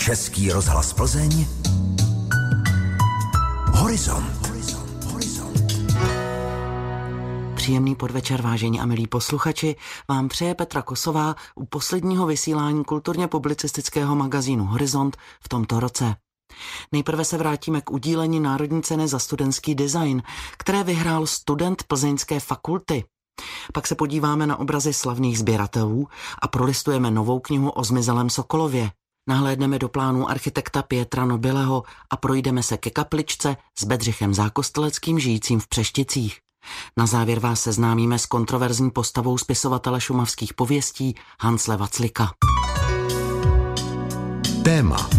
Český rozhlas Plzeň. Horizont. Příjemný podvečer, vážení a milí posluchači, vám přeje Petra Kosová u posledního vysílání kulturně publicistického magazínu Horizont v tomto roce. Nejprve se vrátíme k udílení Národní ceny za studentský design, které vyhrál student Plzeňské fakulty. Pak se podíváme na obrazy slavných sběratelů a prolistujeme novou knihu o zmizelém sokolově. Nahlédneme do plánů architekta Pietra Nobileho a projdeme se ke kapličce s Bedřichem Zákosteleckým žijícím v Přešticích. Na závěr vás seznámíme s kontroverzní postavou spisovatele šumavských pověstí Hansle Vaclika. Téma.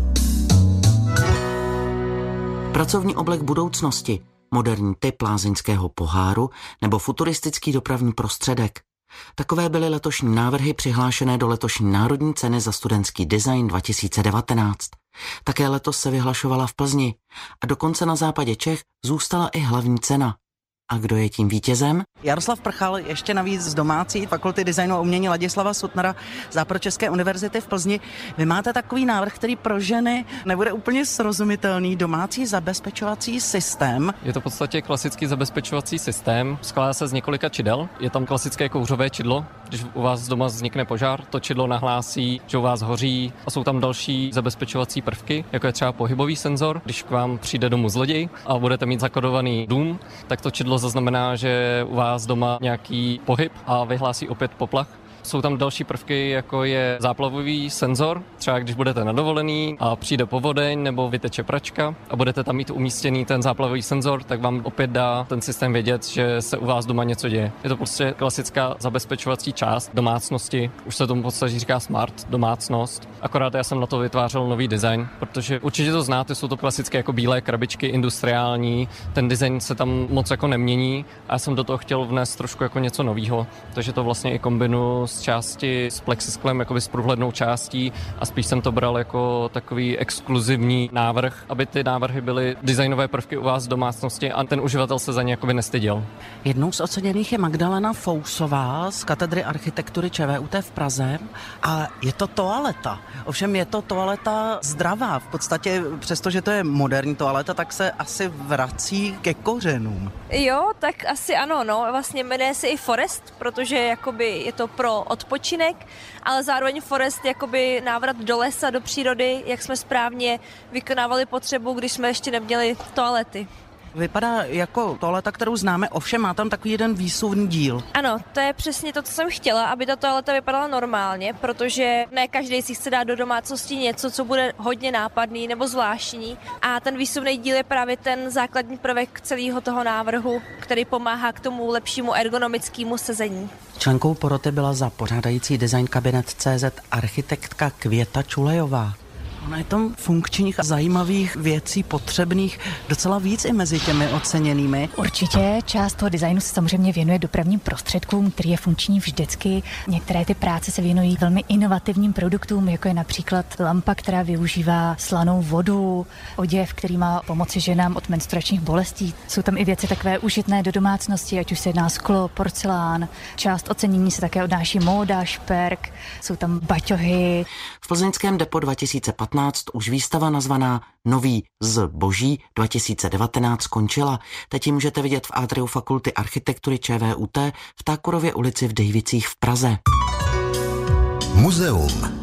Pracovní oblek budoucnosti, moderní typ lázeňského poháru nebo futuristický dopravní prostředek. Takové byly letošní návrhy přihlášené do letošní Národní ceny za studentský design 2019. Také letos se vyhlašovala v Plzni a dokonce na západě Čech zůstala i hlavní cena. A kdo je tím vítězem? Jaroslav Prchal, ještě navíc z domácí Fakulty designu a umění Ladislava Sutnara Západočeské univerzity v Plzni. Vy máte takový návrh, který pro ženy nebude úplně srozumitelný, domácí zabezpečovací systém. Je to v podstatě klasický zabezpečovací systém, skládá se z několika čidel. Je tam klasické kouřové čidlo, když u vás doma vznikne požár, to čidlo nahlásí, že u vás hoří, a jsou tam další zabezpečovací prvky, jako je třeba pohybový senzor. Když k vám přijde domů zloděj a budete mít zakodovaný dům, tak to čidlo zaznamená, že u vás doma nějaký pohyb a vyhlásí opět poplach. Jsou tam další prvky, jako je záplavový senzor, třeba když budete na dovolený a přijde povodeň nebo vyteče pračka a budete tam mít umístěný ten záplavový senzor, tak vám opět dá ten systém vědět, že se u vás doma něco děje. Je to prostě klasická zabezpečovací část domácnosti, už se tomu v podstatě říká smart domácnost. Akorát já jsem na to vytvářel nový design, protože určitě to znáte, jsou to klasické jako bílé krabičky industriální, ten design se tam moc jako nemění a já jsem do toho chtěl vnést trošku jako něco nového, takže to vlastně i kombinuji z části s plexisklem, jakoby s průhlednou částí a spíš jsem to bral jako takový exkluzivní návrh, aby ty návrhy byly designové prvky u vás v domácnosti a ten uživatel se za ně jakoby nestyděl. Jednou z oceněných je Magdalena Fousová z katedry architektury ČVUT v Praze a je to toaleta. Ovšem je to toaleta zdravá. V podstatě přestože to je moderní toaleta, tak se asi vrací ke kořenům. Jo, tak asi ano, no. Vlastně jmenuje se i Forest, protože jakoby je to pro odpočinek, ale zároveň Forest jakoby návrat do lesa, do přírody, jak jsme správně vykonávali potřebu, když jsme ještě neměli toalety. Vypadá jako toaleta, kterou známe, ovšem má tam takový jeden výsuvný díl. Ano, to je přesně to, co jsem chtěla, aby ta toaleta vypadala normálně, protože ne každý si chce dát do domácnosti něco, co bude hodně nápadný nebo zvláštní. A ten výsuvný díl je právě ten základní prvek celého toho návrhu, který pomáhá k tomu lepšímu ergonomickému sezení. Členkou poroty byla za pořádající design kabinet CZ architektka Květa Čulejová. Ono je tam funkčních a zajímavých věcí potřebných docela víc i mezi těmi oceněnými. Určitě část toho designu se samozřejmě věnuje dopravním prostředkům, který je funkční vždycky. Některé ty práce se věnují velmi inovativním produktům, jako je například lampa, která využívá slanou vodu, oděv, který má pomoci ženám od menstruačních bolestí. Jsou tam i věci takové užitné do domácnosti, ať už se jedná sklo, porcelán. Část ocenění se také odnáší móda, šperk, jsou tam baťohy. V plzeňském Depo 2015 už výstava nazvaná Nový zboží 2019 skončila. Teď ji můžete vidět v atriu Fakulty architektury ČVUT v Tákurově ulici v Dejvicích v Praze. Muzeum.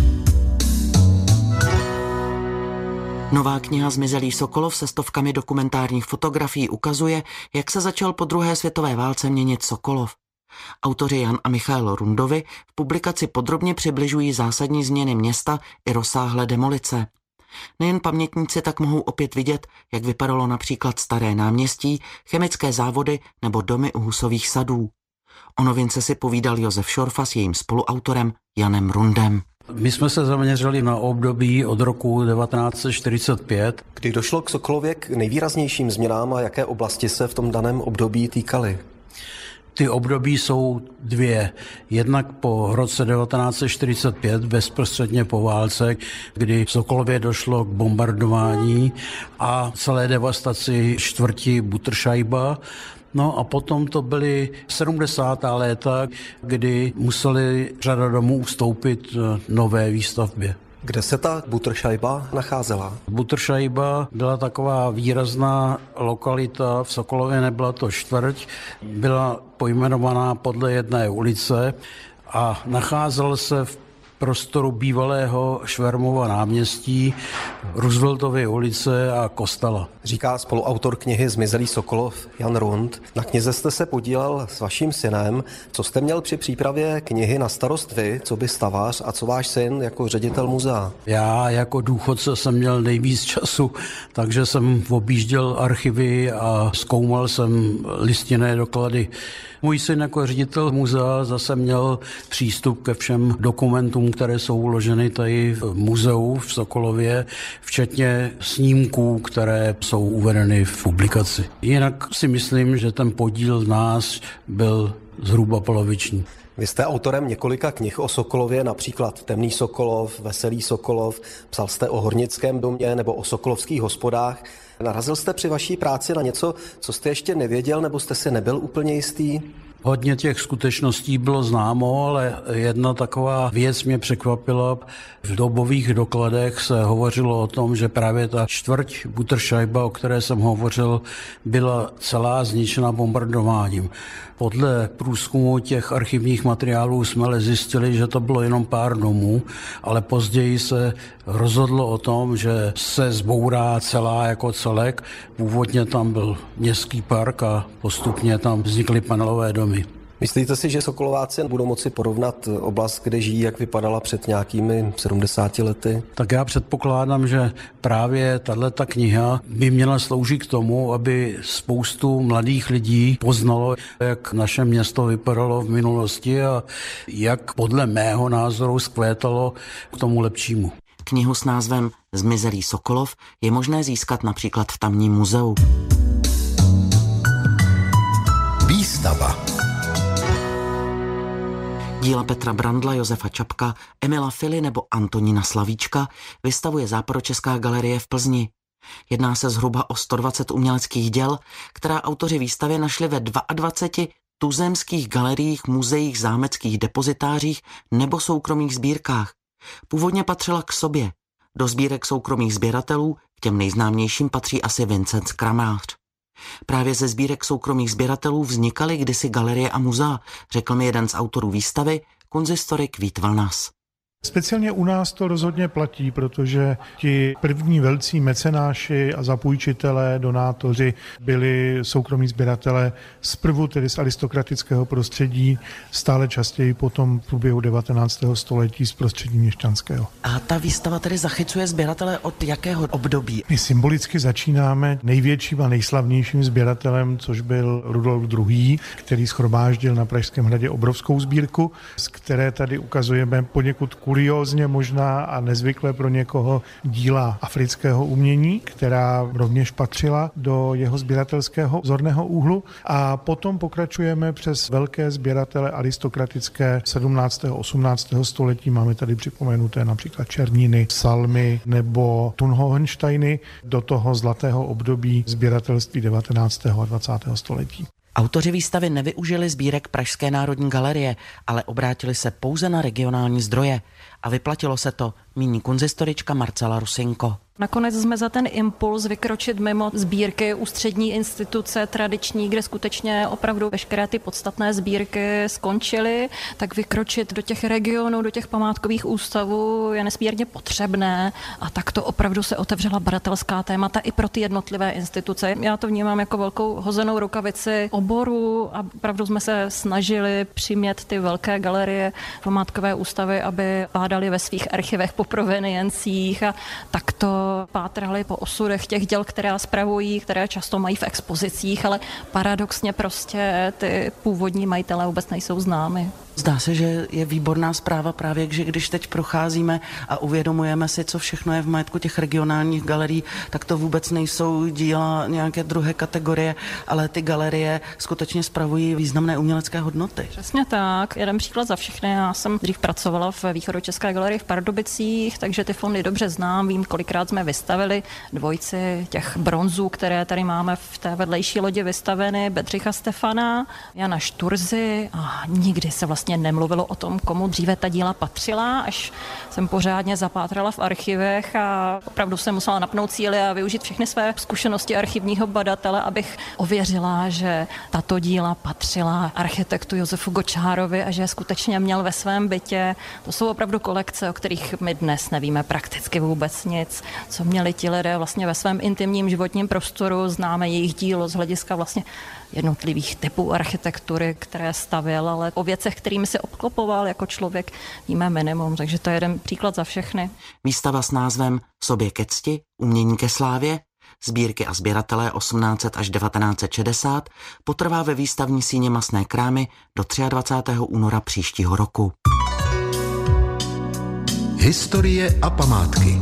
Nová kniha Zmizelý sokolov se stovkami dokumentárních fotografií ukazuje, jak se začal po druhé světové válce měnit Sokolov. Autoři Jan a Michail Rundovi v publikaci podrobně přibližují zásadní změny města i rozsáhlé demolice. Nejen pamětníci tak mohou opět vidět, jak vypadalo například Staré náměstí, chemické závody nebo domy u Husových sadů. O novince si povídal Josef Šorfa s jejím spoluautorem Janem Rundem. My jsme se zaměřili na období od roku 1945. Kdy došlo k Sokolově k nejvýraznějším změnám a jaké oblasti se v tom daném období týkaly? Ty období jsou dvě. Jednak po roce 1945, bezprostředně po válce, kdy v Sokolově došlo k bombardování a celé devastaci čtvrti Butterscheiba. No a potom to byly 70. léta, kdy museli řada domů ustoupit nové výstavbě. Kde se ta Butterscheiba nacházela? Butterscheiba byla taková výrazná lokalita, v Sokolově nebyla to čtvrť, byla pojmenovaná podle jedné ulice a nacházel se v prostoru bývalého Švermova náměstí, Rooseveltovy ulice a kostela. Říká spoluautor knihy Zmizelý Sokolov Jan Rund. Na knize jste se podílel s vaším synem. Co jste měl při přípravě knihy na starost vy, co by stavář, a co váš syn jako ředitel muzea? Já jako důchodce jsem měl nejvíc času, takže jsem objížděl archivy a zkoumal jsem listinné doklady. Můj syn jako ředitel muzea zase měl přístup ke všem dokumentům, které jsou uloženy tady v muzeu v Sokolově, včetně snímků, které jsou uvedeny v publikaci. Jinak si myslím, že ten podíl nás byl zhruba poloviční. Vy jste autorem několika knih o Sokolově, například Temný Sokolov, Veselý Sokolov, psal jste o Hornickém domě nebo o sokolovských hospodách. Narazil jste při vaší práci na něco, co jste ještě nevěděl, nebo jste si nebyl úplně jistý? Hodně těch skutečností bylo známo, ale jedna taková věc mě překvapila. V dobových dokladech se hovořilo o tom, že právě ta čtvrť Butterscheiba, o které jsem hovořil, byla celá zničena bombardováním. Podle průzkumu těch archivních materiálů jsme ale zjistili, že to bylo jenom pár domů, ale později se rozhodlo o tom, že se zbourá celá jako celek. Původně tam byl městský park a postupně tam vznikly panelové domy. Myslíte si, že Sokolováci budou moci porovnat oblast, kde žijí, jak vypadala před nějakými 70 lety? Tak já předpokládám, že právě tato kniha by měla sloužit k tomu, aby spoustu mladých lidí poznalo, jak naše město vypadalo v minulosti a jak podle mého názoru zkvétalo k tomu lepšímu. Knihu s názvem Zmizelý Sokolov je možné získat například v tamním muzeu. Výstava. Díla Petra Brandla, Josefa Čapka, Emila Fily nebo Antonína Slavíčka vystavuje Západočeská galerie v Plzni. Jedná se zhruba o 120 uměleckých děl, která autoři výstavy našli ve 22 tuzemských galeriích, muzeích, zámeckých depozitářích nebo soukromých sbírkách. Původně patřila k sobě. Do sbírek soukromých sběratelů k těm nejznámějším patří asi Vincent Kramář. Právě ze sbírek soukromých sběratelů vznikaly kdysi galerie a muzea, řekl mi jeden z autorů výstavy, kunzistorik Vít Vlnas. Speciálně u nás to rozhodně platí, protože ti první velcí mecenáši a zapůjčitelé, donátoři byli soukromí sběratelé zprvu tedy z aristokratického prostředí, stále častěji potom v průběhu 19. století z prostředí měšťanského. A ta výstava tedy zachycuje sběratele od jakého období? My symbolicky začínáme největším a nejslavnějším sběratelem, což byl Rudolf II., který shromáždil na Pražském hradě obrovskou sbírku, z které tady ukazujeme poněkud kuriózně možná a nezvykle pro někoho díla afrického umění, která rovněž patřila do jeho sběratelského zorného úhlu. A potom pokračujeme přes velké sběratele aristokratické 17. a 18. století. Máme tady připomenuté například Černiny, Psalmy nebo Thun-Hohensteiny do toho zlatého období sběratelství 19. a 20. století. Autoři výstavy nevyužili sbírek Pražské národní galerie, ale obrátili se pouze na regionální zdroje. A vyplatilo se to, míní kunzistorička Marcela Rusinko. Nakonec jsme za ten impuls vykročit mimo sbírky ústřední instituce tradiční, kde skutečně opravdu veškeré ty podstatné sbírky skončily, tak vykročit do těch regionů, do těch památkových ústavů je nesmírně potřebné a tak to opravdu se otevřela badatelská témata i pro ty jednotlivé instituce. Já to vnímám jako velkou hozenou rukavici oboru a opravdu jsme se snažili přimět ty velké galerie, památkové ústavy, aby bádali ve svých archivech po proveniencích a takto pátrali po osudech těch děl, která spravují, které často mají v expozicích, ale paradoxně prostě ty původní majitelé vůbec nejsou známy. Zdá se, že je výborná zpráva právě, že když teď procházíme a uvědomujeme si, co všechno je v majetku těch regionálních galerií, tak to vůbec nejsou díla nějaké druhé kategorie, ale ty galerie skutečně spravují významné umělecké hodnoty. Přesně tak. Jeden příklad za všechny. Já jsem dřív pracovala v Východočeské galerii v Pardubicích, takže ty fondy dobře znám. Vím, kolikrát jsme vystavili dvojici těch bronzů, které tady máme v té vedlejší lodi vystaveny, Bedřicha Stefana, Jana Šturzy a nikdy se vlastně vlastně nemluvilo o tom, komu dříve ta díla patřila, až jsem pořádně zapátrala v archivech a opravdu jsem musela napnout síly a využít všechny své zkušenosti archivního badatele, abych ověřila, že tato díla patřila architektu Josefu Gočárovi a že skutečně měl ve svém bytě. To jsou opravdu kolekce, o kterých my dnes nevíme prakticky vůbec nic, co měli ti lidé vlastně ve svém intimním životním prostoru, známe jejich dílo z hlediska vlastně jednotlivých typů architektury, které stavěl, ale o věcech, kterými se obklopoval jako člověk, víme minimum, takže to je jeden příklad za všechny. Výstava s názvem Sobě ke cti, umění ke slávě, sbírky a sběratelé 1800 až 1960 potrvá ve výstavní síni Masné Krámy do 23. února příštího roku. Historie a památky.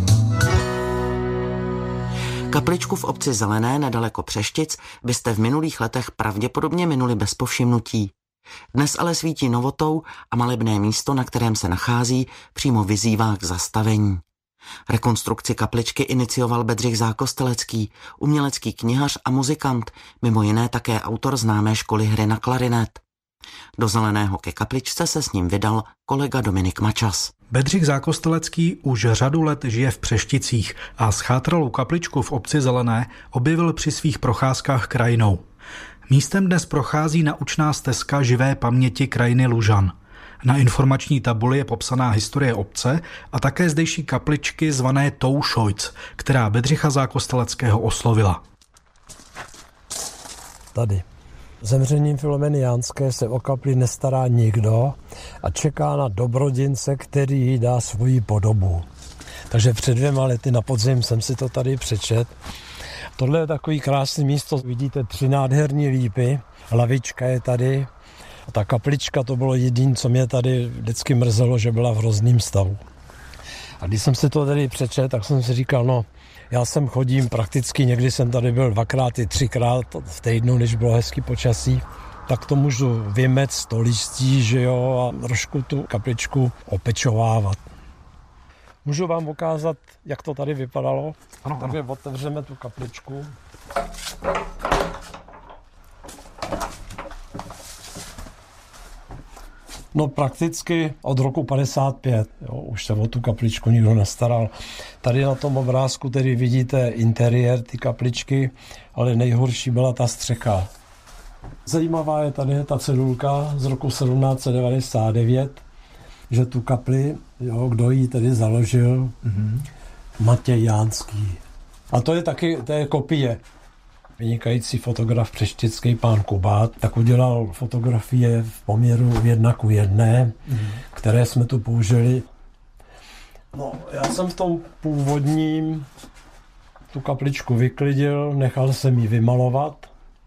Kapličku v obci Zelené nedaleko Přeštic byste v minulých letech pravděpodobně minuli bez povšimnutí. Dnes ale svítí novotou a malebné místo, na kterém se nachází, přímo vyzývá k zastavení. Rekonstrukci kapličky inicioval Bedřich Zákostelecký, umělecký knihař a muzikant, mimo jiné také autor známé školy hry na klarinet. Do Zeleného ke kapličce se s ním vydal kolega Dominik Mačas. Bedřich Zákostelecký už řadu let žije v Přešticích a schátralou kapličku v obci Zelené objevil při svých procházkách krajinou. Místem dnes prochází naučná stezka živé paměti krajiny Lužan. Na informační tabuli je popsaná historie obce a také zdejší kapličky zvané Toušojc, která Bedřicha Zákosteleckého oslovila. Tady. Zemřením Filomeny Jánské se o kapli nestará nikdo a čeká na dobrodince, který jí dá svoji podobu. Takže před 2 lety na podzim jsem si to tady přečet. Tohle je takový krásný místo, vidíte 3 nádherní lípy, lavička je tady. A ta kaplička to bylo jediné, co mě tady vždycky mrzelo, že byla v hrozném stavu. A když jsem si to tady přečet, tak jsem si říkal, no, já sem chodím prakticky, někdy jsem tady byl 2x i 3x v týdnu, když bylo hezký počasí, tak to můžu vymec to listí, že jo, a trošku tu kapličku opečovávat. Můžu vám ukázat, jak to tady vypadalo? Ano. Takže otevřeme tu kapličku. No prakticky od roku 55, jo, už se o tu kapličku nikdo nestaral. Tady na tom obrázku tedy vidíte interiér ty kapličky, ale nejhorší byla ta střecha. Zajímavá je tady ta cedulka z roku 1799, že tu kapli, jo, kdo ji tedy založil, Matěj Jánský. A to je taky, to je kopie. Vynikající fotograf přeštický pán Kubát, tak udělal fotografie v poměru 1:1, které jsme tu použili. No, já jsem v tom původním tu kapličku vyklidil, nechal jsem ji vymalovat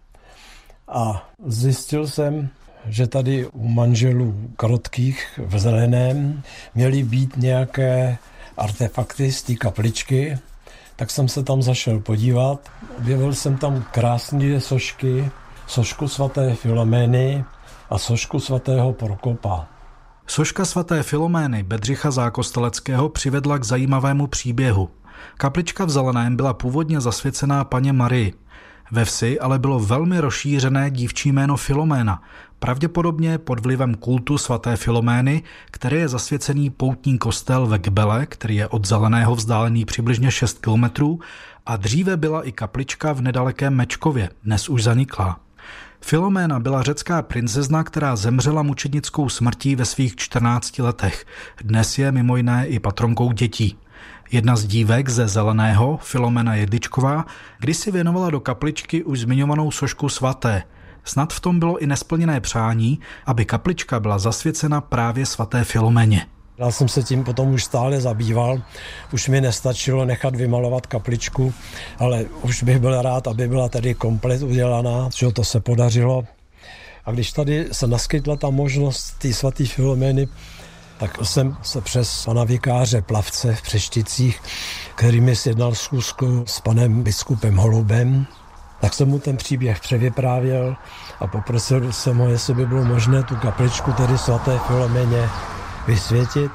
a zjistil jsem, že tady u manželů Krotkých v Zeleném měly být nějaké artefakty z té kapličky, tak jsem se tam zašel podívat. Objevil jsem tam krásné sošky, sošku svaté Filomény a sošku svatého Prokopa. Soška svaté Filomény Bedřicha Zákosteleckého přivedla k zajímavému příběhu. Kaplička v Zeleném byla původně zasvěcená Panně Marii. Ve vsi ale bylo velmi rozšířené dívčí jméno Filoména, pravděpodobně pod vlivem kultu svaté Filomény, který je zasvěcený poutní kostel ve Kbele, který je od Zeleného vzdálený přibližně 6 kilometrů, a dříve byla i kaplička v nedalekém Mečkově, dnes už zaniklá. Filoména byla řecká princezna, která zemřela mučednickou smrtí ve svých 14 letech. Dnes je mimo jiné i patronkou dětí. Jedna z dívek ze Zeleného, Filomena Jedličková, kdysi věnovala do kapličky už zmiňovanou sošku svaté. Snad v tom bylo i nesplněné přání, aby kaplička byla zasvěcena právě svaté Filoméně. Já jsem se tím potom už stále zabýval, už mi nestačilo nechat vymalovat kapličku, ale už bych byl rád, aby byla tady komplet udělaná, že to se podařilo. A když tady se naskytla ta možnost té svaté Filomény, tak jsem se přes pana vikáře Plavce v Přešticích, který mi sjednal schůzku s panem biskupem Holubem, tak jsem mu ten příběh převyprávěl a poprosil jsem ho, jestli by bylo možné tu kapličku tedy svaté Filoméně vysvětit.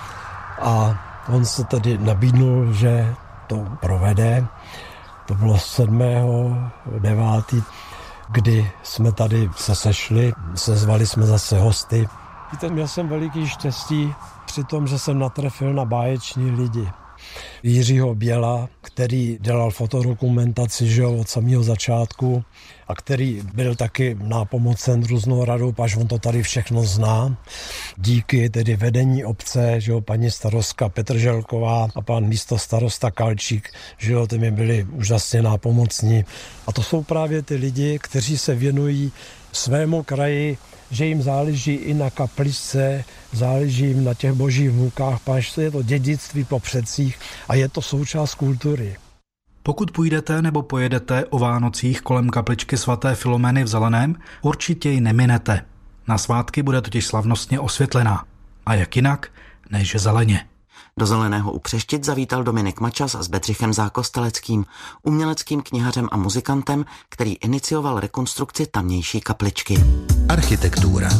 A on se tedy nabídnul, že to provede. To bylo 7.9., kdy jsme tady se sešli, sezvali jsme zase hosty. Víte, měl jsem veliký štěstí při tom, že jsem natrefil na báječní lidi. Jiřího Běla, který dělal fotodokumentaci, že jo, od samého začátku a který byl taky nápomocen různou radou, až on to tady všechno zná. Díky tedy vedení obce, že jo, paní starostka Petrželková a pan místostarosta Kalčík, že jo, ty mi byli úžasně nápomocní. A to jsou právě ty lidi, kteří se věnují svému kraji, že jim záleží i na kapličce, záleží jim na těch božích vnukách, protože je to dědictví po předcích a je to součást kultury. Pokud půjdete nebo pojedete o Vánocích kolem kapličky svaté Filomény v Zeleném, určitě ji neminete. Na svátky bude totiž slavnostně osvětlená. A jak jinak, než zeleně. Do Zeleného u Přeštic zavítal Dominik Mačas s Bedřichem Zákosteleckým, uměleckým knihařem a muzikantem, který inicioval rekonstrukci tamnější kapličky. Architektura.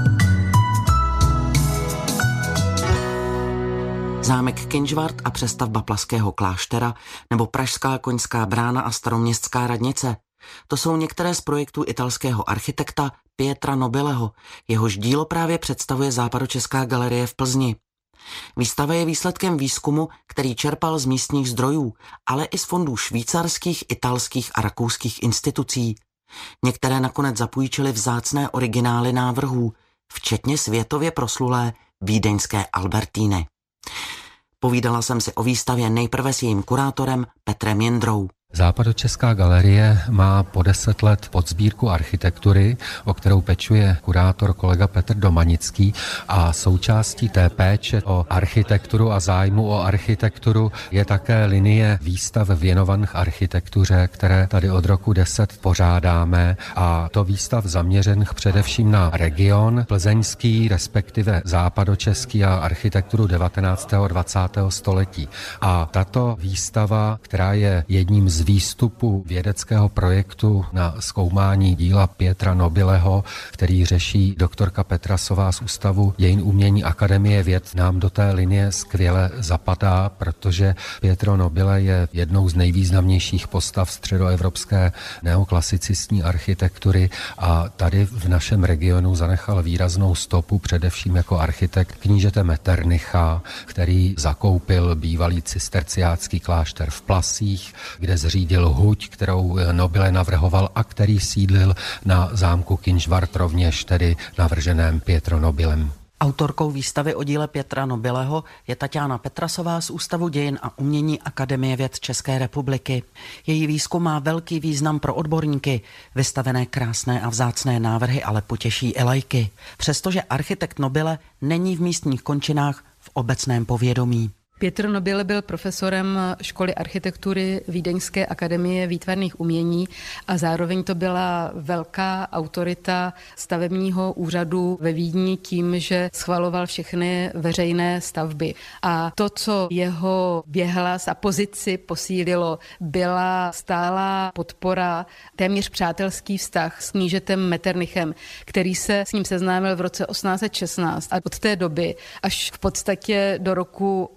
Zámek Kynžvart a přestavba Plaského kláštera nebo Pražská koňská brána a staroměstská radnice. To jsou některé z projektů italského architekta Pietra Nobileho, jehož dílo právě představuje Západočeská galerie v Plzni. Výstava je výsledkem výzkumu, který čerpal z místních zdrojů, ale i z fondů švýcarských, italských a rakouských institucí. Některé nakonec zapůjčily vzácné originály návrhů, včetně světově proslulé vídeňské Albertíny. Povídala jsem si o výstavě nejprve s jejím kurátorem Petrem Jindrou. Západočeská galerie má po 10 let podsbírku architektury, o kterou pečuje kurátor kolega Petr Domanický, a součástí té péče o architekturu a zájmu o architekturu je také linie výstav věnovaných architektuře, které tady od roku 10 pořádáme, a to výstav zaměřených především na region plzeňský, respektive západočeský a architekturu 19. a 20. století. A tato výstava, která je jedním z výstupu vědeckého projektu na zkoumání díla Pietra Nobileho, který řeší doktorka Petrasová z Ústavu dějin umění Akademie věd, nám do té linie skvěle zapadá, protože Pietro Nobile je jednou z nejvýznamnějších postav středoevropské neoklasicistní architektury a tady v našem regionu zanechal výraznou stopu především jako architekt knížete Metternicha, který zakoupil bývalý cisterciácký klášter v Plasích, kde zřídil huť, kterou Nobile navrhoval a který sídlil na zámku Kynžvart, rovněž tedy navrženém Pietro Nobilem. Autorkou výstavy o díle Pietra Nobileho je Taťána Petrasová z Ústavu dějin a umění Akademie věd České republiky. Její výzkum má velký význam pro odborníky. Vystavené krásné a vzácné návrhy ale potěší i laiky. Přestože architekt Nobile není v místních končinách v obecném povědomí. Pietro Nobile byl profesorem školy architektury Vídeňské akademie výtvarných umění a zároveň to byla velká autorita stavebního úřadu ve Vídni tím, že schvaloval všechny veřejné stavby. A to, co jeho věhlas a pozici posílilo, byla stálá podpora, téměř přátelský vztah s knížetem Metternichem, který se s ním seznámil v roce 1816 a od té doby až v podstatě do roku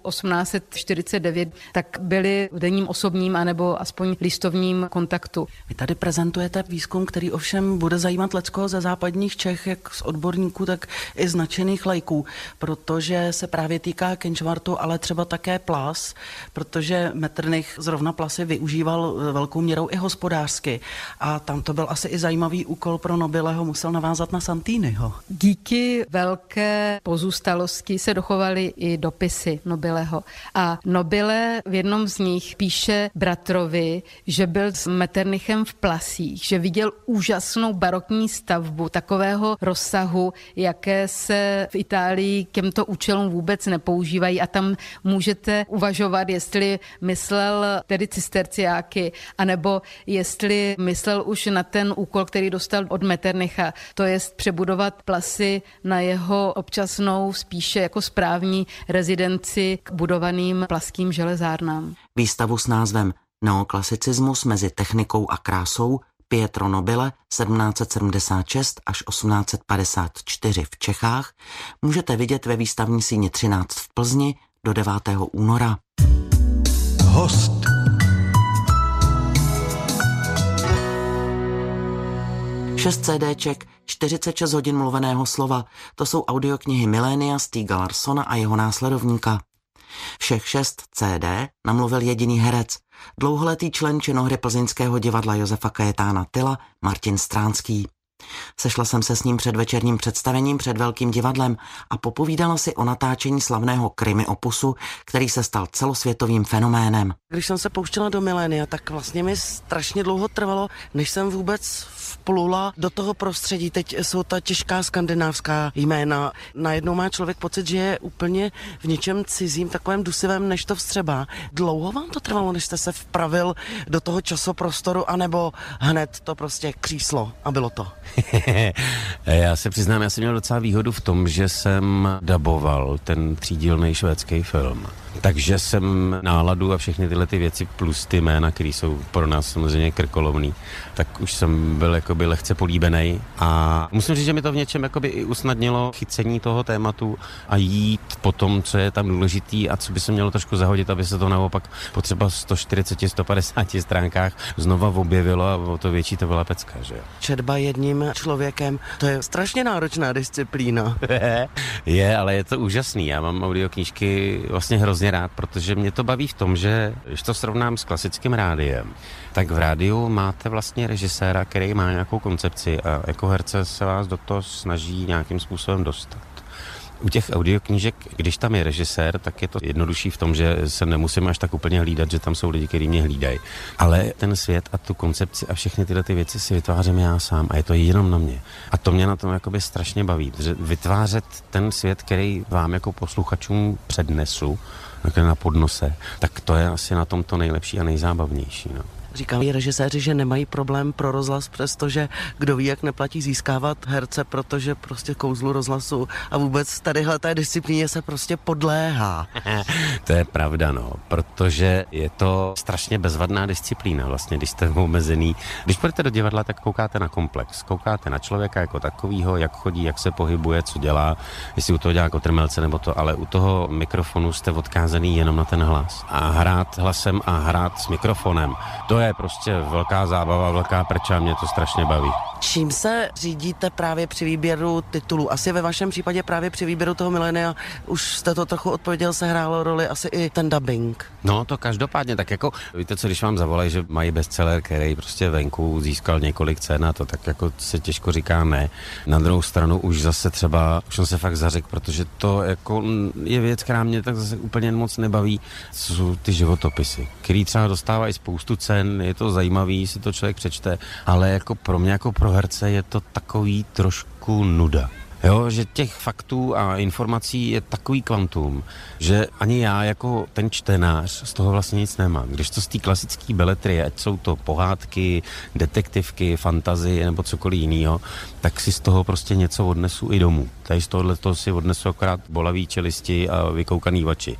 1849, tak byli v denním osobním anebo aspoň listovním kontaktu. Vy tady prezentujete výzkum, který ovšem bude zajímat leckoho ze západních Čech, jak z odborníků, tak i z nadšených laiků, protože se právě týká Kynžvartu, ale třeba také Plas, protože Metternich zrovna Plasy využíval velkou měrou i hospodářsky a tam to byl asi i zajímavý úkol pro Nobileho, musel navázat na Santiniho. Díky velké pozůstalosti se dochovaly i dopisy Nobileho. A Nobile v jednom z nich píše bratrovi, že byl s Metternichem v Plasích, že viděl úžasnou barokní stavbu takového rozsahu, jaké se v Itálii k těmto účelům vůbec nepoužívají, a tam můžete uvažovat, jestli myslel tedy cisterciáky, anebo jestli myslel už na ten úkol, který dostal od Metternicha, to jest přebudovat Plasy na jeho občasnou spíše jako správní rezidenci k budovaným plaským železárnám. Výstavu s názvem Neoklasicismus mezi technikou a krásou Pietro Nobile 1776 až 1854 v Čechách můžete vidět ve výstavní síni 13 v Plzni do 9. února. Host. Šest CDček, 46 hodin mluveného slova. To jsou audioknihy Milénia Stiega Larssona a jeho následovníka. Všech 6 CD namluvil jediný herec, dlouholetý člen činohry plzeňského divadla Josefa Kajetána Tyla Martin Stránský. Sešla jsem se s ním před večerním představením před Velkým divadlem a popovídala si o natáčení slavného krimi opusu, který se stal celosvětovým fenoménem. Když jsem se pouštěla do Milénia, tak vlastně mi strašně dlouho trvalo, než jsem vůbec vplula do toho prostředí. Teď jsou ta těžká skandinávská jména. Najednou má člověk pocit, že je úplně v něčem cizím, takovém dusivém, než to vstřebá. Dlouho vám to trvalo, než jste se vpravil do toho časoprostoru, anebo hned to prostě kříslo a bylo to? Já se přiznám, já jsem měl docela výhodu v tom, že jsem daboval ten 3dílný švédský film. Takže jsem náladu a všechny tyhle ty věci plus ty jména, které jsou pro nás samozřejmě krkolovný, tak už jsem byl jakoby lehce políbenej a musím říct, že mi to v něčem jakoby i usnadnilo chycení toho tématu a jít po tom, co je tam důležitý a co by se mělo trošku zahodit, aby se to naopak po třeba 140-150 stránkách znova objevilo a o to větší to byla pecka, že jo. Četba jedním člověkem, to je strašně náročná disciplína. Je, ale je to úžasný. Já mám audioknížky vlastně hrozně rád, protože mě to baví v tom, že když to srovnám s klasickým rádiem, tak v rádiu máte vlastně režiséra, který má nějakou koncepci a jako herce se vás do toho snaží nějakým způsobem dostat. U těch audioknížek, když tam je režisér, tak je to jednodušší v tom, že se nemusím až tak úplně hlídat, že tam jsou lidi, kteří mě hlídají. Ale ten svět a tu koncepci a všechny tyhle ty věci si vytvářím já sám a je to jenom na mě. A to mě na tom jakoby strašně baví, že vytvářet ten svět, který vám jako posluchačům přednesu, na podnose, tak to je asi na tom to nejlepší a nejzábavnější. No. Říkají režiséři, že nemají problém pro rozhlas, přestože kdo ví, jak neplatí získávat herce, protože prostě kouzlu rozhlasu a vůbec tadyhle té disciplíně se prostě podléhá. To je pravda, no, protože je to strašně bezvadná disciplína vlastně, když jste omezený. Když půjdete do divadla, tak koukáte na komplex, koukáte na člověka jako takovýho, jak chodí, jak se pohybuje, co dělá, jestli u toho dělá kotrmelce nebo to, ale u toho mikrofonu jste odkázaný jenom na ten hlas. A hrát hlasem a hrát s mikrofonem, to je prostě velká zábava, velká prča, mě to strašně baví. Čím se řídíte právě při výběru titulů? Asi ve vašem případě právě při výběru toho Milénia, už jste to trochu odpověděl, se hrálo roli asi i ten dubbing. No to každopádně, tak jako, víte co, když vám zavolají, že mají bestseller, který prostě venku získal několik cen a to tak jako se těžko říká ne. Na druhou stranu už zase třeba, už jsem se fakt zařekl, protože to jako je věc, která mě tak zase úplně moc nebaví, jsou ty životopisy, který třeba dostávají spoustu cen, je to zajímavý, si to člověk přečte, ale jako pro mě, jako pro herce je to takový trošku nuda. Jo, že těch faktů a informací je takový kvantum, že ani já jako ten čtenář z toho vlastně nic nemám. Když to z té klasické beletrie, ať jsou to pohádky, detektivky, fantazie nebo cokoliv jiného, tak si z toho prostě něco odnesu i domů. Tady z tohoto si odnesu akorát bolavý čelisti a vykoukaný oči.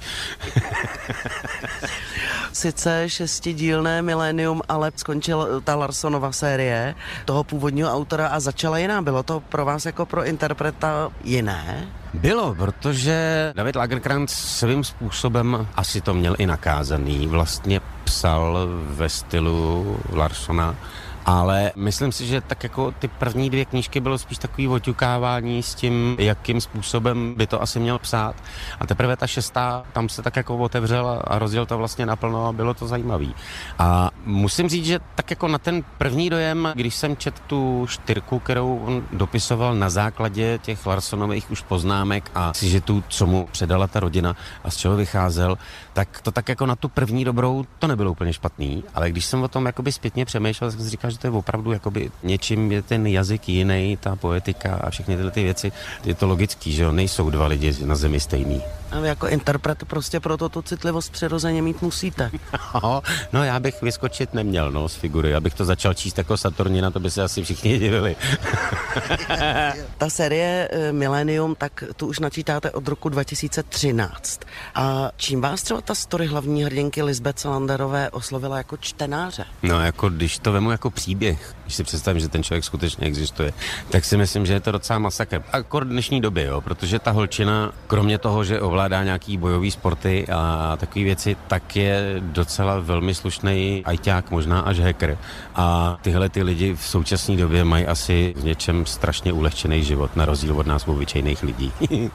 Sice 6dílné Milénium, ale skončila ta Larssonova série toho původního autora a začala jiná. Bylo to pro vás jako pro interpreta jiné? Bylo, protože David Lagercrantz svým způsobem asi to měl i nakázaný. Vlastně psal ve stylu Larssona, ale myslím si, že tak jako ty první 2 knížky bylo spíš takový oťukávání s tím, jakým způsobem by to asi měl psát. A teprve ta 6. tam se tak jako otevřel a rozděl to vlastně naplno a bylo to zajímavý. A musím říct, že tak jako na ten první dojem, když jsem četl tu 4, kterou on dopisoval na základě těch Larssonových už poznámek a sižetů, co mu předala ta rodina a z čeho vycházel, tak to tak jako na tu první dobrou to nebylo úplně špatný, ale když jsem o tom jakoby zpětně přemýšlel, tak jsem si říkal, že to je opravdu jakoby něčím je ten jazyk jiný, ta poetika a všechny tyhle ty věci. Je to logický, že jo, nejsou 2 lidi na zemi stejný. A vy jako interpret prostě pro tu citlivost přirozeně mít musíte. No já bych vyskočit neměl, no, z figury. Abych to začal číst jako Saturnina, to by se asi všichni divili. Ta série Milénium, tak tu už načítáte od roku 2013. A čím vás třeba ta story hlavní hrdinky Lisbeth Salanderové oslovila jako čtenáře? No jako když to vemu jako příběh, když si představím, že ten člověk skutečně existuje, tak si myslím, že je to docela masakr. Akor dnešní doby, jo, protože ta holčina, kromě toho, že ovládá ovládá nějaký bojový sporty a takové věci, tak je docela velmi slušný ajťák, možná až hacker. A tyhle ty lidi v současné době mají asi v něčem strašně ulehčený život, na rozdíl od nás obyčejných lidí.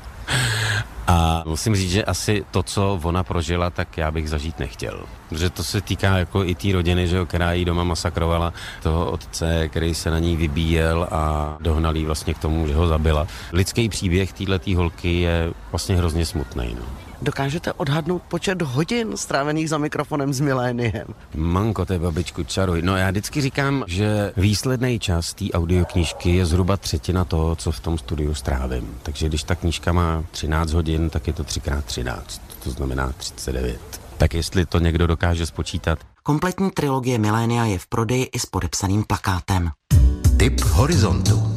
A musím říct, že asi to, co ona prožila, tak já bych zažít nechtěl. Protože to se týká jako i té rodiny, že jo, která jí doma masakrovala, toho otce, který se na ní vybíjel a dohnal jí vlastně k tomu, že ho zabila. Lidský příběh téhletý holky je vlastně hrozně smutný. No. Dokážete odhadnout počet hodin strávených za mikrofonem s Miléniem? Manko, té babičku, čaruj. No já vždycky říkám, že výsledný čas té audioknížky je zhruba třetina toho, co v tom studiu strávím. Takže když ta knížka má 13 hodin, tak je to 3x13. To znamená 39. Tak jestli to někdo dokáže spočítat. Kompletní trilogie Milénia je v prodeji i s podepsaným plakátem. Tip Horizontu.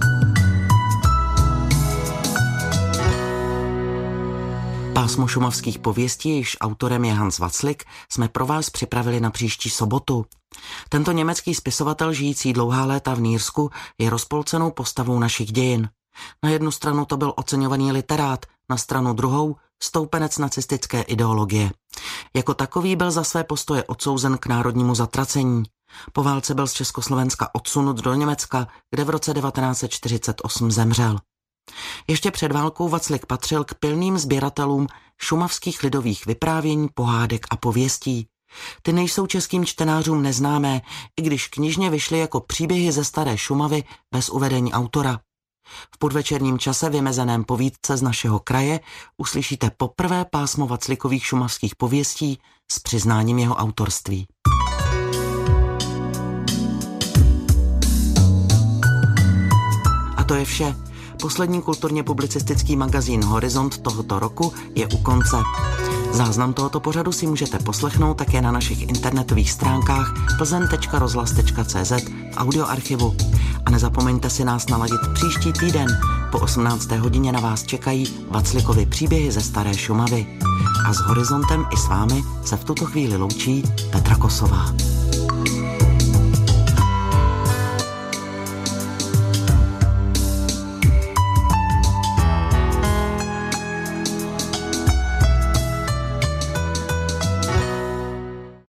Pásmo šumavských pověstí, jejichž autorem je Hans Vaclik, jsme pro vás připravili na příští sobotu. Tento německý spisovatel žijící dlouhá léta v Nýrsku je rozpolcenou postavou našich dějin. Na jednu stranu to byl oceňovaný literát, na stranu druhou stoupenec nacistické ideologie. Jako takový byl za své postoje odsouzen k národnímu zatracení. Po válce byl z Československa odsunut do Německa, kde v roce 1948 zemřel. Ještě před válkou Vaclik patřil k pilným sběratelům šumavských lidových vyprávění, pohádek a pověstí. Ty nejsou českým čtenářům neznámé, i když knižně vyšly jako příběhy ze staré Šumavy bez uvedení autora. V podvečerním čase vymezeném povídce z našeho kraje uslyšíte poprvé pásmo Vaclikových šumavských pověstí s přiznáním jeho autorství. A to je vše. Poslední kulturně publicistický magazín Horizont tohoto roku je u konce. Záznam tohoto pořadu si můžete poslechnout také na našich internetových stránkách plzeň.rozhlas.cz v audioarchivu. A nezapomeňte si nás naladit příští týden. Po 18. hodině na vás čekají Vaclikovy příběhy ze staré Šumavy. A s Horizontem i s vámi se v tuto chvíli loučí Petra Kosová.